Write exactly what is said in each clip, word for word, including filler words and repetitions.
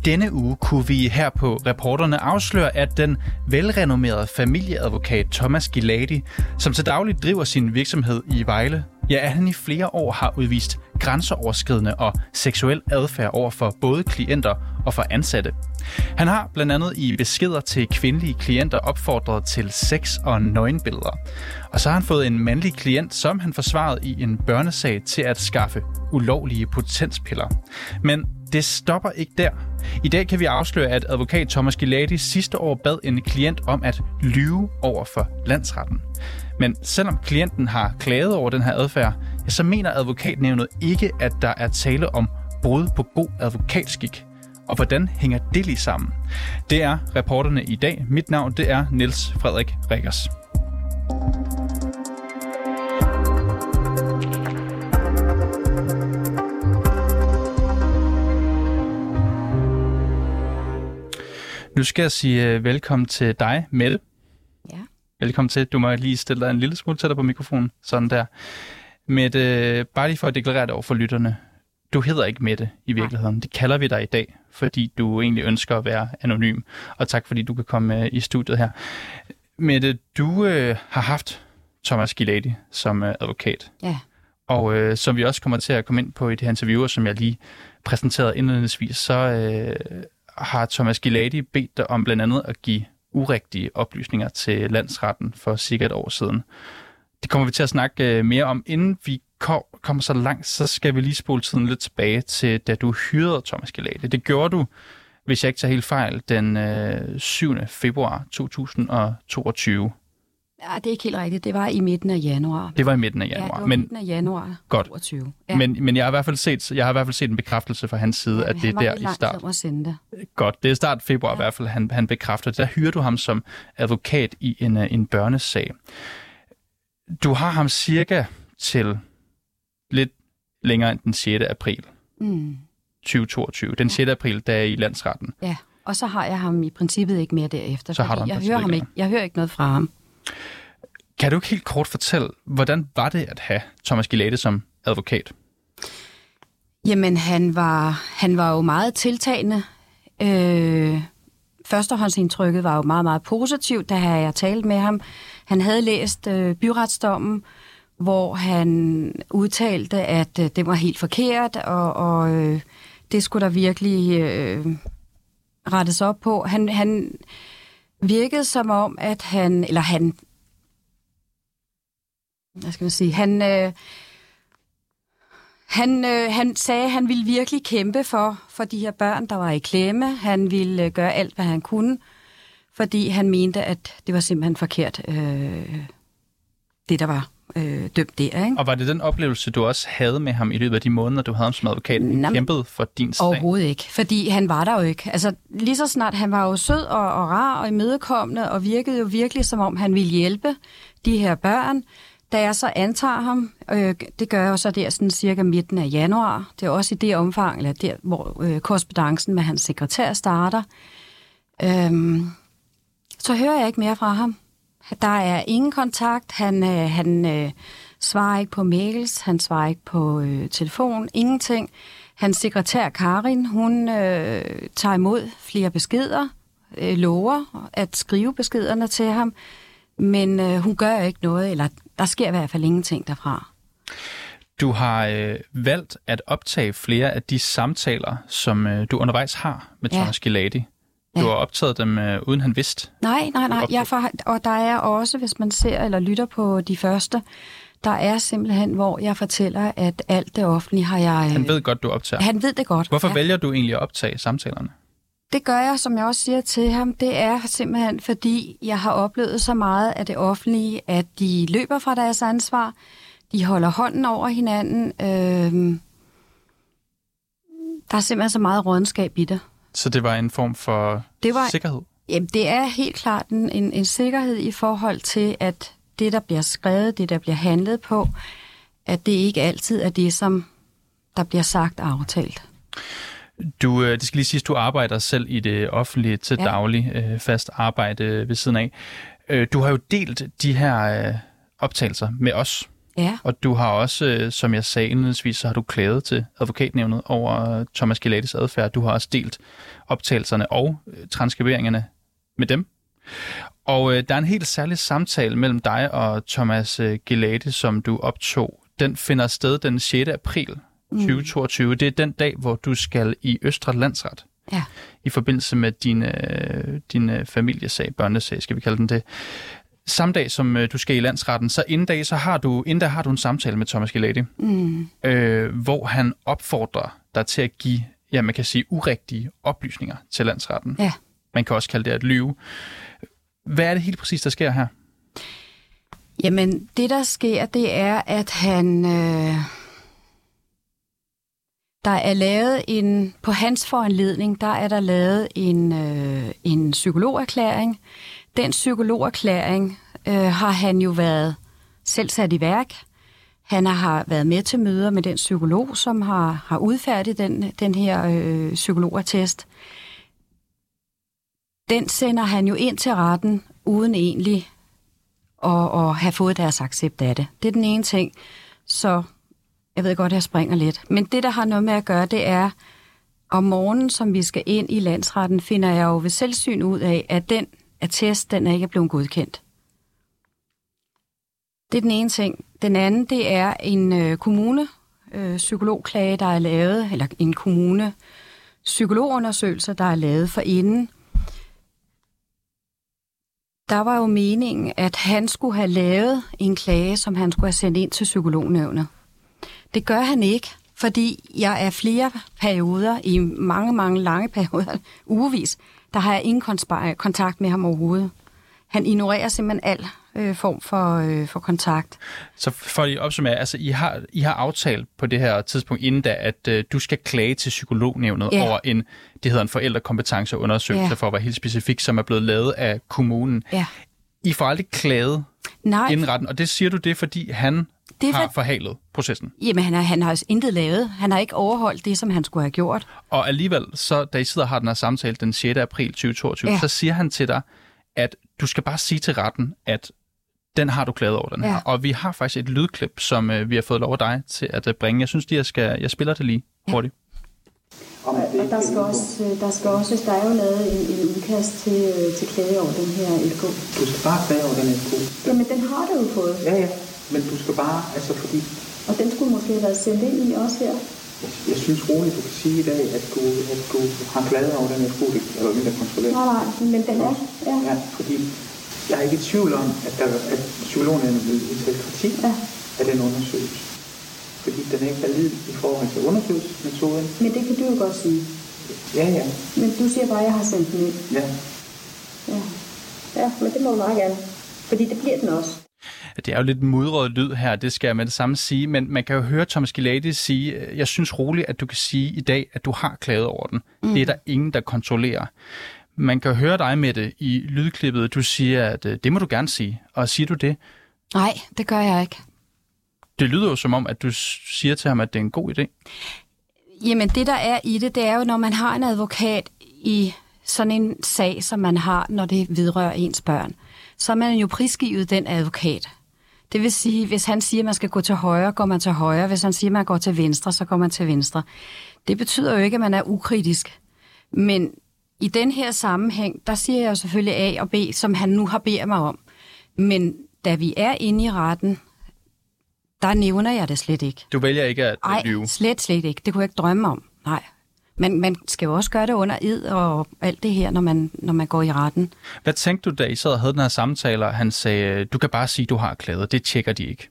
denne uge kunne vi her på Reporterne afsløre, at den velrenommerede familieadvokat Thomas Giladi, som til daglig driver sin virksomhed i Vejle, ja, at han i flere år har udvist grænseoverskridende og seksuel adfærd over for både klienter og for ansatte. Han har blandt andet i beskeder til kvindelige klienter opfordret til sex og nøgenbilleder. Og så har han fået en mandlig klient, som han forsvarede i en børnesag til at skaffe ulovlige potenspiller. Men det stopper ikke der. I dag kan vi afsløre, at advokat Thomas Giladi sidste år bad en klient om at lyve over for landsretten. Men selvom klienten har klaget over den her adfærd, ja, så mener advokatnævnet ikke, at der er tale om brud på god advokatskik. Og hvordan hænger det lige sammen? Det er Reporterne i dag. Mit navn det er Niels Frederik Rikkers. Nu skal jeg sige velkommen til dig, Mette. Ja. Velkommen til. Du må lige stille dig en lille smule tættere på mikrofonen. Sådan der. Mette, bare lige for at deklarere det over for lytterne. Du hedder ikke Mette i virkeligheden. Det kalder vi dig i dag, fordi du egentlig ønsker at være anonym. Og tak, fordi du kan komme i studiet her. Mette, du øh, har haft Thomas Giladi som øh, advokat. Ja. Og øh, som vi også kommer til at komme ind på i det her interview, som jeg lige præsenterede indledningsvis, så øh, har Thomas Giladi bedt dig om blandt andet at give urigtige oplysninger til landsretten for cirka et år siden. Det kommer vi til at snakke øh, mere om. Inden vi kommer så langt, så skal vi lige spole tiden lidt tilbage til, da du hyrede Thomas Giladi. Det gjorde du, hvis jeg ikke tager helt fejl, den øh, syvende februar to tusind og toogtyve. Ja, det er ikke helt rigtigt. Det var i midten af januar. Det var i midten af januar. Ja, det var men, midten af januar godt. toogtyve. Ja. Men, men jeg har i hvert fald set, jeg har i hvert fald set en bekræftelse fra hans side, ja, at det er der i start. At sende det. Godt, det er start februar ja. I hvert fald, han, han bekræfter det. Der hyrer du ham som advokat i en, en børnesag. Du har ham cirka til lidt længere end den sjette april mm. tyve toogtyve. Den sjette april, der er i landsretten. Ja, og så har jeg ham i princippet ikke mere derefter, så har jeg hører ham ikke. Jeg hører ikke noget fra ham. Kan du ikke helt kort fortælle, hvordan var det at have Thomas Giladi som advokat? Jamen, han var, han var jo meget tiltagende. Øh, førstehåndsindtrykket var jo meget, meget positivt, da jeg talte med ham. Han havde læst øh, byretsdommen, hvor han udtalte, at øh, det var helt forkert, og, og øh, det skulle der virkelig øh, rettes op på. Han, han virkede som om, at han, eller han, hvad skal man sige, han, øh, han, øh, han sagde, at han ville virkelig kæmpe for, for de her børn, der var i klemme. Han ville øh, gøre alt, hvad han kunne, fordi han mente, at det var simpelthen forkert, øh, det der var øh, dømt der. Ikke? Og var det den oplevelse, du også havde med ham i løbet af de måneder, du havde ham som advokat, han kæmpede for din sag? Overhovedet ikke, fordi han var der jo ikke. Altså lige så snart, han var jo sød og, og rar og imødekommende, og virkede jo virkelig, som om han ville hjælpe de her børn. Da jeg så antager ham, øh, det gør jeg jo så der sådan cirka midten af januar, det er også i det omfang, eller der, hvor øh, korrespondancen med hans sekretær starter, øhm, så hører jeg ikke mere fra ham. Der er ingen kontakt, han, øh, han øh, svarer ikke på mails, han svarer ikke på øh, telefon, ingenting. Hans sekretær Karin, hun øh, tager imod flere beskeder, øh, lover at skrive beskederne til ham, men øh, hun gør ikke noget, eller der sker i hvert fald ingenting derfra. Du har øh, valgt at optage flere af de samtaler, som øh, du undervejs har med ja. Thomas Giladi. Du ja. har optaget dem, øh, uden han vidste. Nej, nej, nej. Jeg får, og der er også, hvis man ser eller lytter på de første, der er simpelthen, hvor jeg fortæller, at alt det offentlige har jeg... Øh, han ved godt, du optager. Han ved det godt. Hvorfor ja. vælger du egentlig at optage samtalerne? Det gør jeg, som jeg også siger til ham. Det er simpelthen, fordi jeg har oplevet så meget af det offentlige, at de løber fra deres ansvar. De holder hånden over hinanden. Øh, der er simpelthen så meget rådenskab i det. Så det var en form for det var, sikkerhed? Jamen, det er helt klart en, en, en sikkerhed i forhold til, at det, der bliver skrevet, det, der bliver handlet på, at det ikke altid er det, som der bliver sagt og aftalt. Du, det skal lige siges, du arbejder selv i det offentlige til ja. daglig, øh, fast arbejde ved siden af. Øh, du har jo delt de her øh, optagelser med os. Ja. Og du har også, som jeg sagde indledningsvis, så har du klaget til advokatnævnet over Thomas Giladis adfærd. Du har også delt optagelserne og transkriberingerne med dem. Og øh, der er en helt særlig samtale mellem dig og Thomas øh, Giladi, som du optog. Den finder sted den sjette april tyve toogtyve. Mm. Det er den dag, hvor du skal i Østre Landsret. Ja. I forbindelse med din, øh, din øh, familiesag, børnesag, skal vi kalde den det. Samme dag, som øh, du skal i landsretten, så inden dag, så har du, inden da har du en samtale med Thomas Giladi, mm. øh, hvor han opfordrer dig til at give, ja, man kan sige, urigtige oplysninger til landsretten. Ja. Man kan også kalde det at lyve. Hvad er det helt præcis, der sker her? Jamen, det der sker, det er, at han... Øh, der er lavet en... På hans foranledning, der er der lavet en, øh, en psykologerklæring. Den psykologerklæring øh, har han jo været selv sat i værk. Han har været med til møder med den psykolog, som har, har udfærdigt den, den her øh, psykologertest. Den sender han jo ind til retten, uden egentlig at, at have fået deres accept af det. Det er den ene ting. Så jeg ved godt, at jeg springer lidt. Men det, der har noget med at gøre, det er, om morgenen, som vi skal ind i landsretten, finder jeg jo ved selvsyn ud af, at den attest, den er ikke blevet godkendt. Det er den ene ting. Den anden, det er en øh, kommune øh, psykologklage, der er lavet, eller en kommune psykologundersøgelse, der er lavet for inden. Der var jo meningen, at han skulle have lavet en klage, som han skulle have sendt ind til psykolognævnet. Det gør han ikke, fordi jeg er flere perioder, i mange, mange lange perioder, ugevis, der har jeg ingen kontakt med ham overhovedet. Han ignorerer simpelthen al øh, form for, øh, for kontakt. Så for at opsummere, altså I har, I har aftalt på det her tidspunkt inden da, at øh, du skal klage til psykolognævnet ja. over en, det hedder en forældrekompetenceundersøgelse, ja. for at være helt specifik, som er blevet lavet af kommunen. Ja. I får aldrig klaget Nej. inden retten, og det siger du det, fordi han det har for... forhalet processen. Jamen, han har, han har intet lavet. Han har ikke overholdt det, som han skulle have gjort. Og alligevel, så da I sidder og har den her samtale den sjette april tyve toogtyve, ja. så siger han til dig, at du skal bare sige til retten, at den har du klaget over, den ja. her. Og vi har faktisk et lydklip, som øh, vi har fået lov af dig til at øh, bringe. Jeg synes, at jeg, skal, jeg spiller det lige hurtigt. Ja. Og, og der, skal også, der skal også, der er jo lavet en, en udkast til, til klage over den her L K. Du skal bare klage over den L K. Jamen, den har du jo fået. Ja, ja. Men du skal bare, altså fordi... Og den skulle måske have været sendt ind i også her. Jeg, jeg synes roligt, du kan sige i dag, at du, at du har klaget over den L K, eller mindre kontrolleret. Nej, nej, men den er. Ja, ja fordi jeg er ikke i tvivl om, at, der, at psykologen er blevet indtalt kritik ja. af den undersøgelse. Fordi den er ikke valid i forhold til undersøgelsesmetoden. Men det kan du jo godt sige. Ja, ja. Men du siger bare, at jeg har sendt den ind. Ja. Ja, ja, men det må du meget gerne. Fordi det bliver den også. Det er jo lidt mudret lyd her, det skal jeg med det samme sige, men man kan jo høre Thomas Giladi sige, jeg synes roligt, at du kan sige i dag, at du har klaget over den. Mm. Det er der ingen, der kontrollerer. Man kan høre dig med det i lydklippet, du siger, at det må du gerne sige, og siger du det? Nej, det gør jeg ikke. Det lyder jo som om, at du siger til ham, at det er en god idé. Jamen det, der er i det, det er jo, når man har en advokat i sådan en sag, som man har, når det vedrører ens børn, så er man jo prisgivet den advokat. Det vil sige, hvis han siger, at man skal gå til højre, går man til højre. Hvis han siger, at man går til venstre, så går man til venstre. Det betyder jo ikke, at man er ukritisk. Men i den her sammenhæng, der siger jeg jo selvfølgelig A og B, som han nu har bedt mig om. Men da vi er inde i retten, der nævner jeg det slet ikke. Du vælger ikke at Ej, lyve? Nej, slet, slet ikke. Det kunne jeg ikke drømme om. Nej. Men man skal jo også gøre det under ed og alt det her, når man, når man går i retten. Hvad tænkte du, da I sad og havde den her samtale, og han sagde, du kan bare sige, du har klaget, det tjekker de ikke?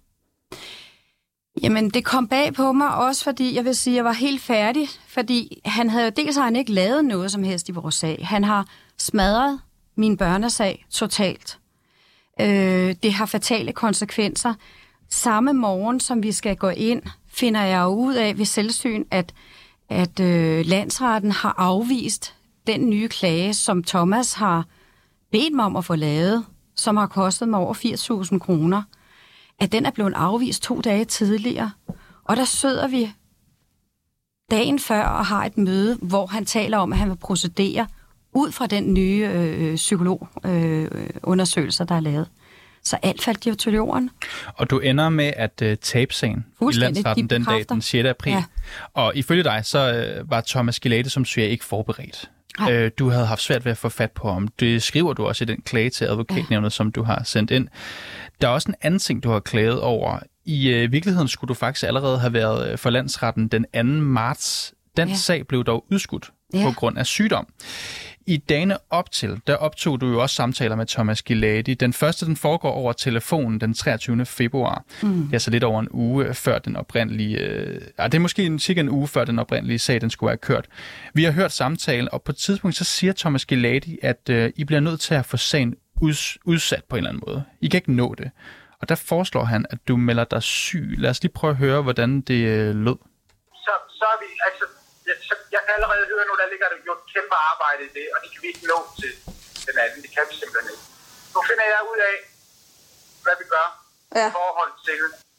Jamen, det kom bag på mig også, fordi jeg vil sige, jeg var helt færdig. Fordi han havde jo dels har han ikke lavet noget som helst i vores sag. Han har smadret min børnesag totalt. Øh, det har fatale konsekvenser. Samme morgen, som vi skal gå ind, finder jeg jo ud af ved selvsyn, at at øh, landsretten har afvist den nye klage, som Thomas har bedt mig om at få lavet, som har kostet mig over firs tusind kroner, at den er blevet afvist to dage tidligere. Og der sidder vi dagen før og har et møde, hvor han taler om, at han vil procedere ud fra den nye øh, psykologundersøgelse, øh, der er lavet. Så alt faldt jo til jorden. Og du ender med at uh, tabe sagen i landsretten den dag, den sjette april. Ja. Og ifølge dig, så uh, var Thomas Giladi, som siger, ikke forberedt. Uh, du havde haft svært ved at få fat på ham. Det skriver du også i den klage til advokatnævnet, ja. som du har sendt ind. Der er også en anden ting, du har klaget over. I uh, virkeligheden skulle du faktisk allerede have været for landsretten den anden marts. Den ja. sag blev dog udskudt ja. på grund af sygdom. I dagene op til, der optog du jo også samtaler med Thomas Giladi. Den første, den foregår over telefonen den treogtyvende februar. Mm. Det er så lidt over en uge før den oprindelige... Øh, det er måske en, cirka en uge før den oprindelige sag, den skulle være kørt. Vi har hørt samtalen, og på et tidspunkt så siger Thomas Giladi, at øh, I bliver nødt til at få sagen uds, udsat på en eller anden måde. I kan ikke nå det. Og der foreslår han, at du melder dig syg. Lad os lige prøve at høre, hvordan det øh, lød. Så, så er vi... Altså Jeg, jeg kan allerede høre nu, der ligger der jo et kæmpe arbejde i det, og det kan vi ikke nå til den anden. Det kan vi simpelthen ikke. Nu finder jeg ud af, hvad vi gør ja. i forhold til,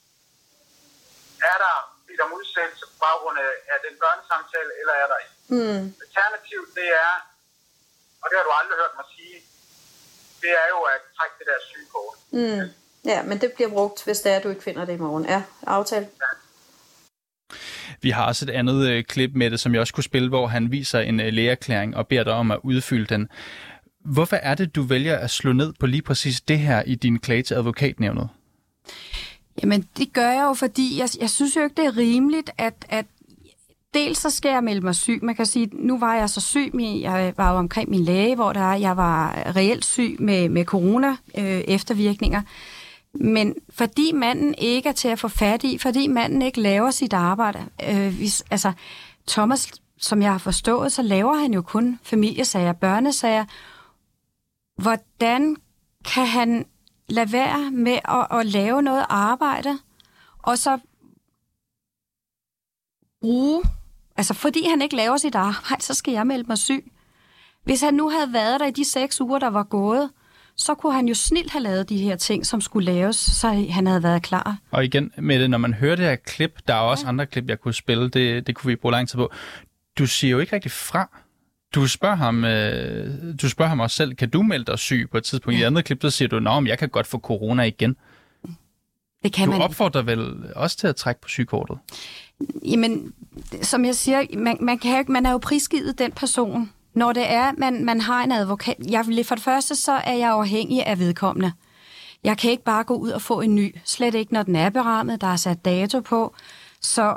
er der lidt om udsættelse på baggrund af den børnesamtale, eller er der ikke? Mm. Alternativet, det er, og det har du aldrig hørt mig sige, det er jo at trække det der sygekort. Mm. Ja, men det bliver brugt, hvis det er, at du ikke finder det i morgen. Ja, aftale. Ja. Vi har også et andet øh, klip med det, som jeg også kunne spille, hvor han viser en øh, lægeerklæring og beder dig om at udfylde den. Hvorfor er det, du vælger at slå ned på lige præcis det her i din klage til advokatnævnet? Jamen, det gør jeg jo, fordi jeg, jeg synes jo ikke, det er rimeligt, at, at dels så skal jeg melde mig syg. Man kan sige, nu var jeg så syg, jeg var jo omkring min læge, hvor der jeg var reelt syg med, med corona øh, eftervirkninger. Men fordi manden ikke er til at få fat i, fordi manden ikke laver sit arbejde, øh, hvis, altså Thomas, som jeg har forstået, så laver han jo kun familiesager, børnesager. Hvordan kan han lade være med at, at lave noget arbejde, og så bruge, altså fordi han ikke laver sit arbejde, så skal jeg melde mig syg. Hvis han nu havde været der i de seks uger, der var gået, så kunne han jo snilt have lavet de her ting, som skulle laves, så han havde været klar. Og igen, med det, når man hører det her klip, der er også ja. andre klip, jeg kunne spille, det, det kunne vi bruge lang tid på. Du siger jo ikke rigtig fra. Du spørger ham, øh, du spørger ham også selv, kan du melde dig syg på et tidspunkt? Ja. I et andet klip, der siger du, nå, men jeg kan godt få corona igen. Det kan du man opfordrer ikke. vel også til at trække på sygekortet? Jamen, som jeg siger, man, man, kan ikke, man er jo prisgivet den person. Når det er, man, man har en advokat... Jeg, for det første, så er jeg afhængig af vedkommende. Jeg kan ikke bare gå ud og få en ny. Slet ikke, når den er berammet. Der er sat dato på. Så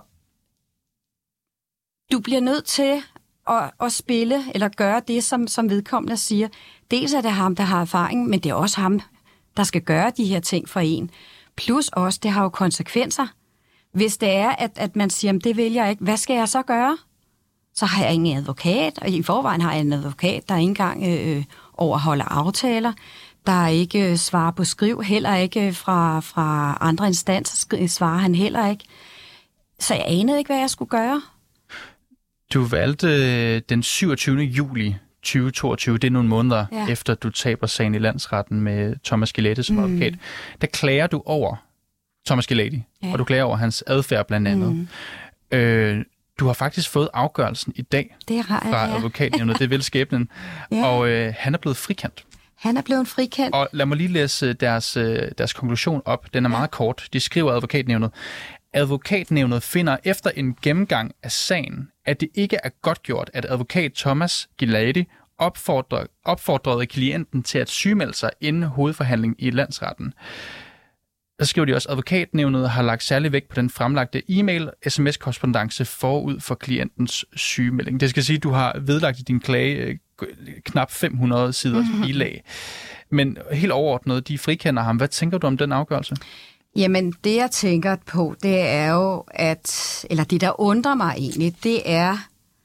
du bliver nødt til at, at spille, eller gøre det, som, som vedkommende siger. Dels er det ham, der har erfaring, men det er også ham, der skal gøre de her ting for en. Plus også, det har jo konsekvenser. Hvis det er, at, at man siger, det vil jeg ikke, hvad skal jeg så gøre? Så har jeg ingen advokat, og i forvejen har jeg en advokat, der ikke engang øh, overholder aftaler, der ikke øh, svarer på skriv, heller ikke fra, fra andre instanser svarer han heller ikke. Så jeg anede ikke, hvad jeg skulle gøre. Du valgte øh, den syvogtyvende juli tyve toogtyve, det er nogle måneder ja. efter, du taber sagen i landsretten med Thomas Giladi som mm. advokat. Der klager du over Thomas Giladi, ja. og du klager over hans adfærd blandt andet. Mm. Øh, Du har faktisk fået afgørelsen i dag det har jeg, fra ja. advokatnævnet, det vil skæbnen, ja. og øh, han er blevet frikendt. Han er blevet frikendt. Og lad mig lige læse deres, deres konklusion op. Den er meget kort. De skriver advokatnævnet. Advokatnævnet finder efter en gennemgang af sagen, at det ikke er godtgjort, at advokat Thomas Giladi opfordrede, opfordrede klienten til at sygemelde sig inden hovedforhandlingen i landsretten. Der skriver de også, at advokatnævnet har lagt særlig vægt på den fremlagte e-mail, sms-korrespondance forud for klientens sygemelding. Det skal sige, at du har vedlagt i din klage knap fem hundrede siders mm-hmm. bilag. Men helt overordnet, de frikender ham. Hvad tænker du om den afgørelse? Jamen, det jeg tænker på, det er jo, at, eller det der undrer mig egentlig, det er,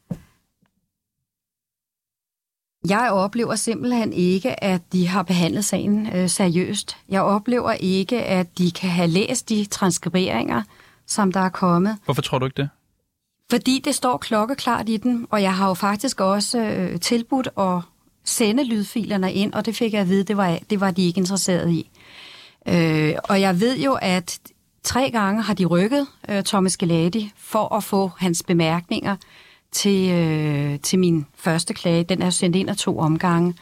jeg oplever simpelthen ikke, at de har behandlet sagen øh, seriøst. Jeg oplever ikke, at de kan have læst de transkriberinger, som der er kommet. Hvorfor tror du ikke det? Fordi det står klokkeklart i den, og jeg har jo faktisk også øh, tilbudt at sende lydfilerne ind, og det fik jeg at vide, det var, det var de ikke interesseret i. Øh, og jeg ved jo, at tre gange har de rykket øh, Thomas Giladi for at få hans bemærkninger til, øh, til min første klage. Den er sendt ind af to omgange,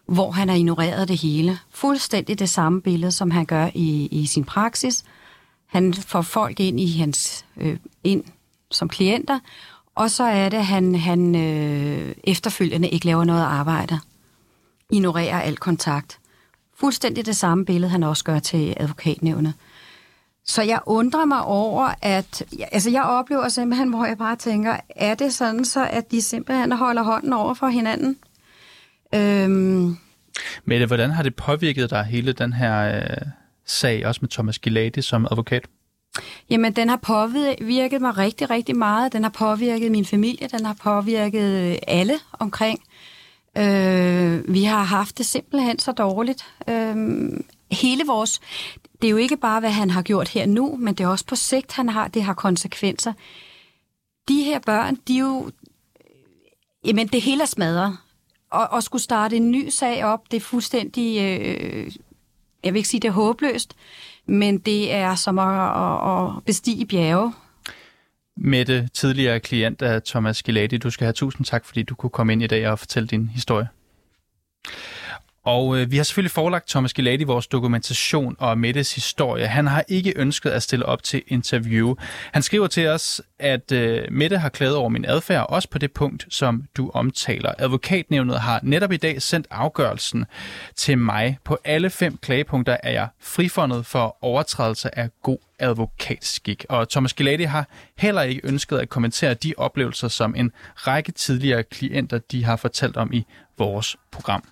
hvor han har ignoreret det hele. Fuldstændig det samme billede, som han gør i, i sin praksis. Han får folk ind i hans øh, ind som klienter, og så er det, at han, han øh, efterfølgende ikke laver noget arbejde. Ignorerer al kontakt. Fuldstændig det samme billede, han også gør til advokatnævnet. Så jeg undrer mig over, at altså jeg oplever simpelthen, hvor jeg bare tænker, er det sådan så, at de simpelthen holder hånden over for hinanden? Øhm... Mette, hvordan har det påvirket dig, hele den her øh, sag, også med Thomas Giladi som advokat? Jamen, den har påvirket mig rigtig, rigtig meget. Den har påvirket min familie, den har påvirket alle omkring. Øh, vi har haft det simpelthen så dårligt. Øh, hele vores... Det er jo ikke bare, hvad han har gjort her nu, men det er også på sigt, han har, det har konsekvenser. De her børn, de er jo... Jamen, det hele er smadret. Og, og skulle starte en ny sag op, det er fuldstændig... Øh, jeg vil ikke sige, det er håbløst, men det er som at, at, at bestige bjerge. Mette, tidligere klient af Thomas Giladi, du skal have tusind tak, fordi du kunne komme ind i dag og fortælle din historie. Og øh, vi har selvfølgelig forelagt Thomas Giladi vores dokumentation og Mettes historie. Han har ikke ønsket at stille op til interview. Han skriver til os, at øh, Mette har klaget over min adfærd, også på det punkt, som du omtaler. Advokatnævnet har netop i dag sendt afgørelsen til mig. På alle fem klagepunkter er jeg frifundet for overtrædelse af god advokatskik. Og Thomas Giladi har heller ikke ønsket at kommentere de oplevelser, som en række tidligere klienter de har fortalt om i vores program.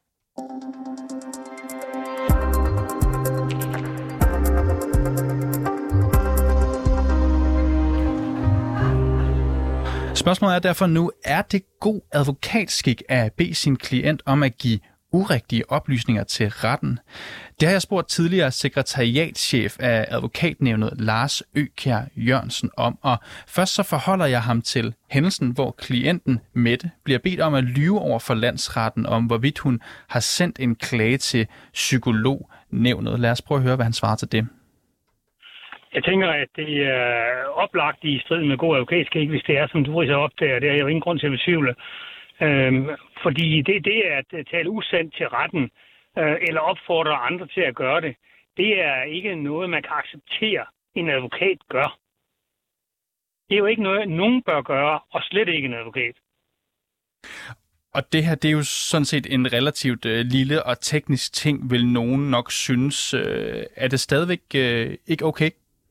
Spørgsmålet er derfor nu, er det god advokatskik at bede sin klient om at give urigtige oplysninger til retten? Det har jeg spurgt tidligere sekretariatschef af advokatnævnet Lars Økjær Jørgensen om, og først så forholder jeg ham til hændelsen, hvor klienten Mette bliver bedt om at lyve over for landsretten om, hvorvidt hun har sendt en klage til psykolognævnet. Lad os prøve at høre, hvad han svarer til det. Jeg tænker, at det er oplagt i strid med god advokatskik, hvis det er, som du ridser op der. Det er jo ingen grund til at betvivle. Øhm, fordi det, det er at tale usandt til retten, øh, eller opfordre andre til at gøre det, det er ikke noget, man kan acceptere, en advokat gør. Det er jo ikke noget, nogen bør gøre, og slet ikke en advokat. Og det her, det er jo sådan set en relativt øh, lille og teknisk ting, vil nogen nok synes. Øh, er det stadigvæk øh, ikke okay?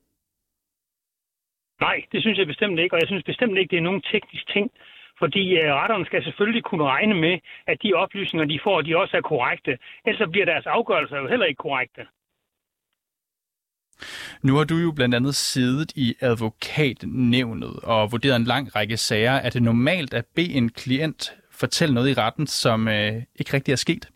Nej, det synes jeg bestemt ikke, og jeg synes bestemt ikke, det er nogen teknisk ting. Fordi øh, retterne skal selvfølgelig kunne regne med, at de oplysninger, de får, de også er korrekte. Ellers bliver deres afgørelser jo heller ikke korrekte. Nu har du jo blandt andet siddet i advokatnævnet og vurderet en lang række sager. Er det normalt at bede en klient fortælle noget i retten, som øh, ikke rigtig er sket?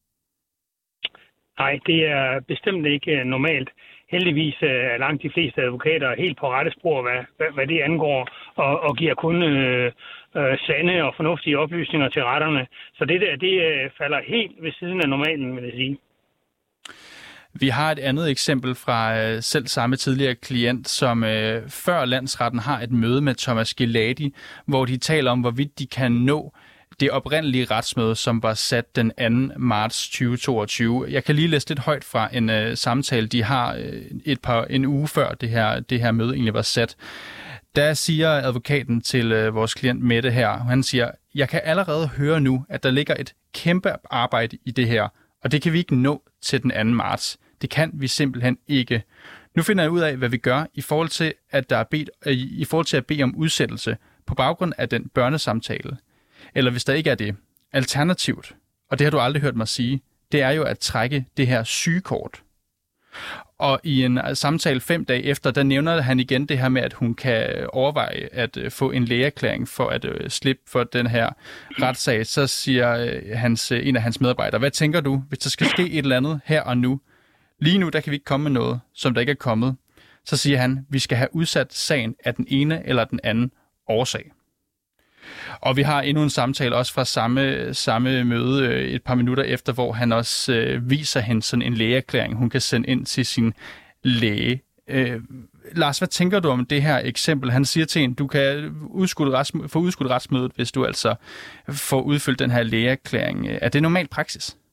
Nej, det er bestemt ikke normalt. Heldigvis er langt de fleste advokater helt på rette spor, hvad, hvad, hvad det angår, og, og giver kun øh, øh, sande og fornuftige oplysninger til retterne. Så det der, det øh, falder helt ved siden af normalen, vil jeg sige. Vi har et andet eksempel fra øh, selv samme tidligere klient, som øh, før landsretten har et møde med Thomas Giladi, hvor de taler om, hvorvidt de kan nå det oprindelige retsmøde, som var sat den anden marts tyve toogtyve. Jeg kan lige læse lidt højt fra en øh, samtale, de har øh, et par en uge før det her, det her møde egentlig var sat. Der siger advokaten til øh, vores klient Mette her, han siger, jeg kan allerede høre nu, at der ligger et kæmpe arbejde i det her, og det kan vi ikke nå til den anden marts. Det kan vi simpelthen ikke. Nu finder jeg ud af, hvad vi gør i forhold til, at der er bedt, øh, i forhold til at bede om udsættelse på baggrund af den børnesamtale. Eller hvis der ikke er det. Alternativt, og det har du aldrig hørt mig sige, det er jo at trække det her sygekort. Og i en samtale fem dage efter, der nævner han igen det her med, at hun kan overveje at få en lægeerklæring for at uh, slippe for den her retssag. Så siger uh, hans, uh, en af hans medarbejdere, hvad tænker du, hvis der skal ske et eller andet her og nu? Lige nu, der kan vi ikke komme med noget, som der ikke er kommet. Så siger han, vi skal have udsat sagen af den ene eller den anden årsag. Og vi har endnu en samtale også fra samme, samme møde et par minutter efter, hvor han også øh, viser hende sådan en lægeerklæring, hun kan sende ind til sin læge. Øh, Lars, hvad tænker du om det her eksempel? Han siger til en, du kan udskudt rets, få udskudt retsmødet, hvis du altså får udfyldt den her lægeerklæring. Er det normal praksis?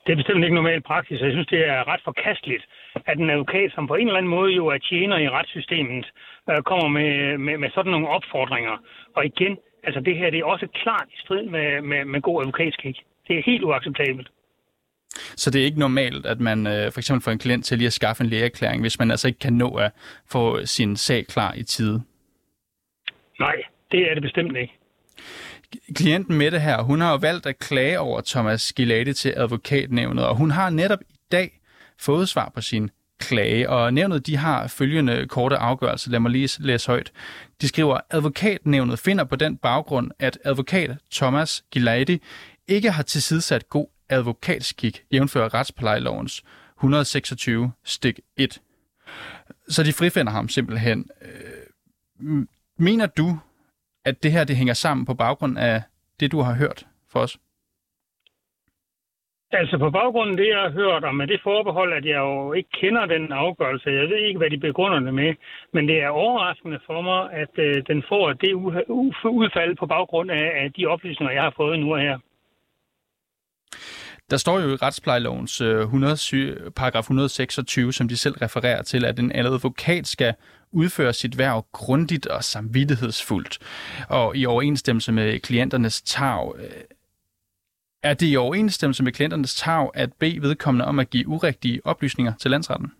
Det er bestemt ikke normal praksis, og jeg synes, det er ret forkasteligt, at en advokat, som på en eller anden måde jo er tjener i retssystemet, kommer med, med, med sådan nogle opfordringer. Og igen, altså det her det er også klart i strid med, med, med god advokatskik. Det er helt uacceptabelt. Så det er ikke normalt, at man øh, for eksempel får en klient til lige at skaffe en lægeerklæring, hvis man altså ikke kan nå at få sin sag klar i tide? Nej, det er det bestemt ikke. Klienten Mette her, hun har jo valgt at klage over Thomas Giladi til advokatnævnet, og hun har netop i dag fået svar på sin klage, og nævnet de har følgende korte afgørelse. Lad mig lige læse højt. De skriver, advokatnævnet finder på den baggrund, at advokat Thomas Giladi ikke har tilsidesat god advokatskik, jævnfører retsplejelovens et hundrede og seksogtyve stik et. Så de frifinder ham simpelthen. Mener du, at det her det hænger sammen på baggrund af det, du har hørt for os? Altså på baggrund af det, jeg har hørt, og med det forbehold, at jeg jo ikke kender den afgørelse, jeg ved ikke, hvad de begrunder det med, men det er overraskende for mig, at øh, den får det udfald på baggrund af, af de oplysninger, jeg har fået nu her. Der står jo i retsplejelovens paragraf et hundrede og seksogtyve, som de selv refererer til, at en advokat skal udføre sit hverv grundigt og samvittighedsfuldt, og i overensstemmelse med klienternes tarv. Er det i overensstemmelse med klienternes tarv at bede vedkommende om at give urigtige oplysninger til landsretten?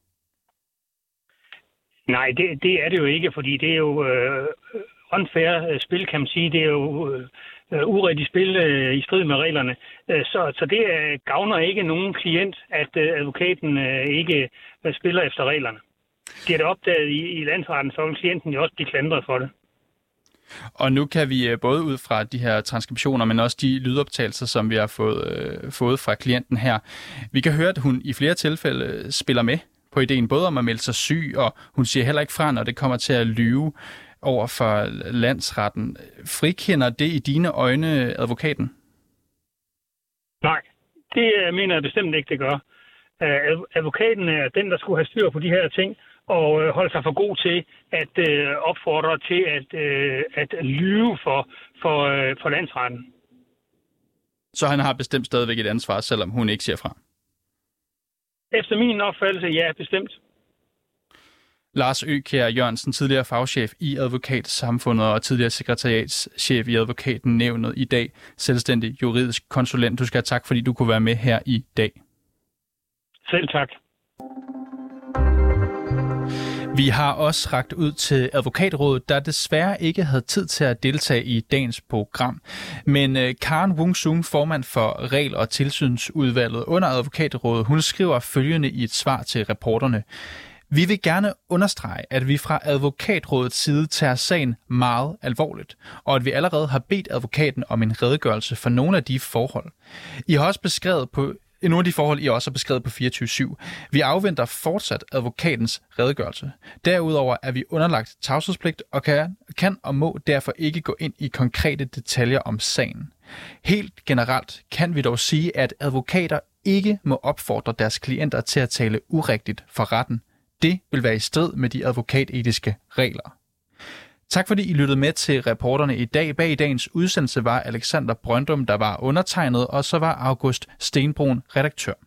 Nej, det, det er det jo ikke, fordi det er jo øh, unfair spil, kan man sige. Det er jo øh, urigtigt spil øh, i strid med reglerne. Så, så det øh, gavner ikke nogen klient, at øh, advokaten øh, ikke øh, spiller efter reglerne. Det er det opdaget i, i landsretten, så vil klienten jo også blive klandret for det. Og nu kan vi både ud fra de her transkriptioner, men også de lydoptagelser, som vi har fået, øh, fået fra klienten her. Vi kan høre, at hun i flere tilfælde spiller med på ideen, både om at melde sig syg, og hun siger heller ikke fra, når det kommer til at lyve over for landsretten. Frikender det i dine øjne advokaten? Nej, det mener jeg bestemt ikke, det gør. Advokaten er den, der skulle have styr på de her ting, og holde sig for god til at øh, opfordre til at, øh, at lyve for, for, øh, for landsretten. Så han har bestemt stadigvæk et ansvar, selvom hun ikke siger fra? Efter min opfattelse, ja, bestemt. Lars Økjær Jørgensen, tidligere fagchef i Advokatsamfundet og tidligere sekretariatschef i Advokatnævnet, i dag selvstændig juridisk konsulent. Du skal have tak, fordi du kunne være med her i dag. Selv tak. Vi har også rakt ud til Advokatrådet, der desværre ikke havde tid til at deltage i dagens program. Men Karen Wung-Sung, formand for Regel- og Tilsynsudvalget under Advokatrådet, hun skriver følgende i et svar til reporterne. Vi vil gerne understrege, at vi fra Advokatrådets side tager sagen meget alvorligt, og at vi allerede har bedt advokaten om en redegørelse for nogle af de forhold. I har også beskrevet på Nogle af de forhold, I også har beskrevet på fireogtyve syv. Vi afventer fortsat advokatens redegørelse. Derudover er vi underlagt tavshedspligt og kan, kan og må derfor ikke gå ind i konkrete detaljer om sagen. Helt generelt kan vi dog sige, at advokater ikke må opfordre deres klienter til at tale urigtigt for retten. Det vil være i strid med de advokatetiske regler. Tak fordi I lyttede med til reporterne i dag. Bag i dagens udsendelse var Alexander Brøndum, der var undertegnet, og så var August Stenbrun redaktør.